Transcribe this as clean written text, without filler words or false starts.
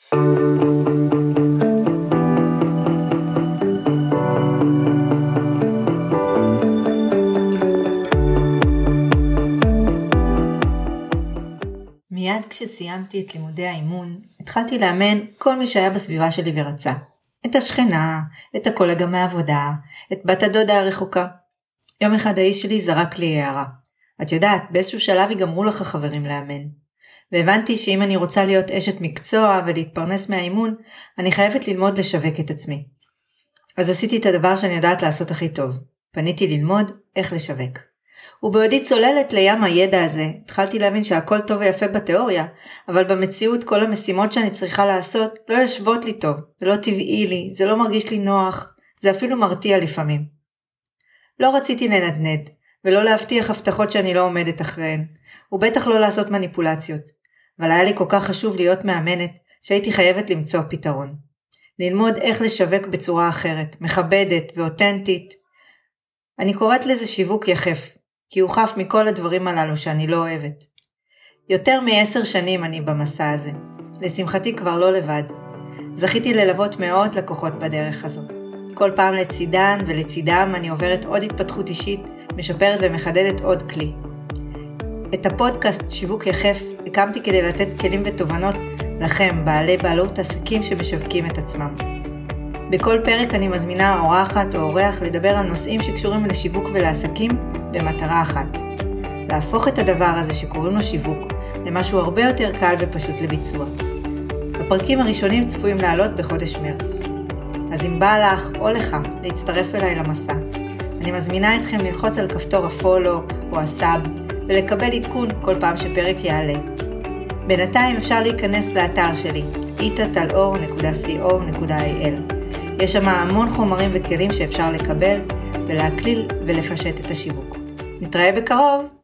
מיד כשסיימתי את לימודי האימון, התחלתי לאמן כל מי שהיה בסביבה שלי ורצה. את השכנה, את הקולגה מהעבודה, את בת הדודה הרחוקה. יום אחד האיש שלי זרק לי הערה. את יודעת, באיזשהו שלב ייגמרו לך חברים לאמן. והבנתי שאם אני רוצה להיות אשת מקצוע ולהתפרנס מהאימון, אני חייבת ללמוד לשווק את עצמי. אז עשיתי את הדבר שאני יודעת לעשות הכי טוב. פניתי ללמוד איך לשווק. ובעודי צוללת לים הידע הזה, התחלתי להבין שהכל טוב ויפה בתיאוריה, אבל במציאות כל המשימות שאני צריכה לעשות לא יושבות לי טוב, זה לא טבעי לי, זה לא מרגיש לי נוח, זה אפילו מרתיע לפעמים. לא רציתי לנדנד, ולא להבטיח הבטחות שאני לא עומדת אחריהן, ובטח לא לעשות מניפולציות, אבל היה לי כל כך חשוב להיות מאמנת, שהייתי חייבת למצוא פתרון. ללמוד איך לשווק בצורה אחרת, מכבדת ואותנטית. אני קוראת לזה שיווק יחף, כי הוא חף מכל הדברים הללו שאני לא אוהבת. יותר מ10 שנים אני במסע הזה. לשמחתי כבר לא לבד. זכיתי ללוות מאות לקוחות בדרך הזו. כל פעם לצידן ולצידם אני עוברת עוד התפתחות אישית, משפרת ומחדדת עוד כלי. את הפודקאסט שיווק יחף הקמתי כדי לתת כלים ותובנות לכם, בעלות עסקים שמשווקים את עצמם. בכל פרק אני מזמינה אורחת או אורח לדבר על נושאים שקשורים לשיווק ולעסקים במטרה אחת. להפוך את הדבר הזה שקוראים לו שיווק למשהו הרבה יותר קל ופשוט לביצוע. הפרקים הראשונים צפויים לעלות בחודש מרץ. אז אם בא לך או לך להצטרף אליי למסע, אני מזמינה אתכם ללחוץ על כפתור הפולו או הסאב ולקבל עדכון כל פעם שפרק יעלה. בינתיים אפשר להיכנס לאתר שלי itatalor.co.il. יש שם המון חומרים וכלים שאפשר לקבל ולהקליל ולפשט את השיווק. נתראה בקרוב!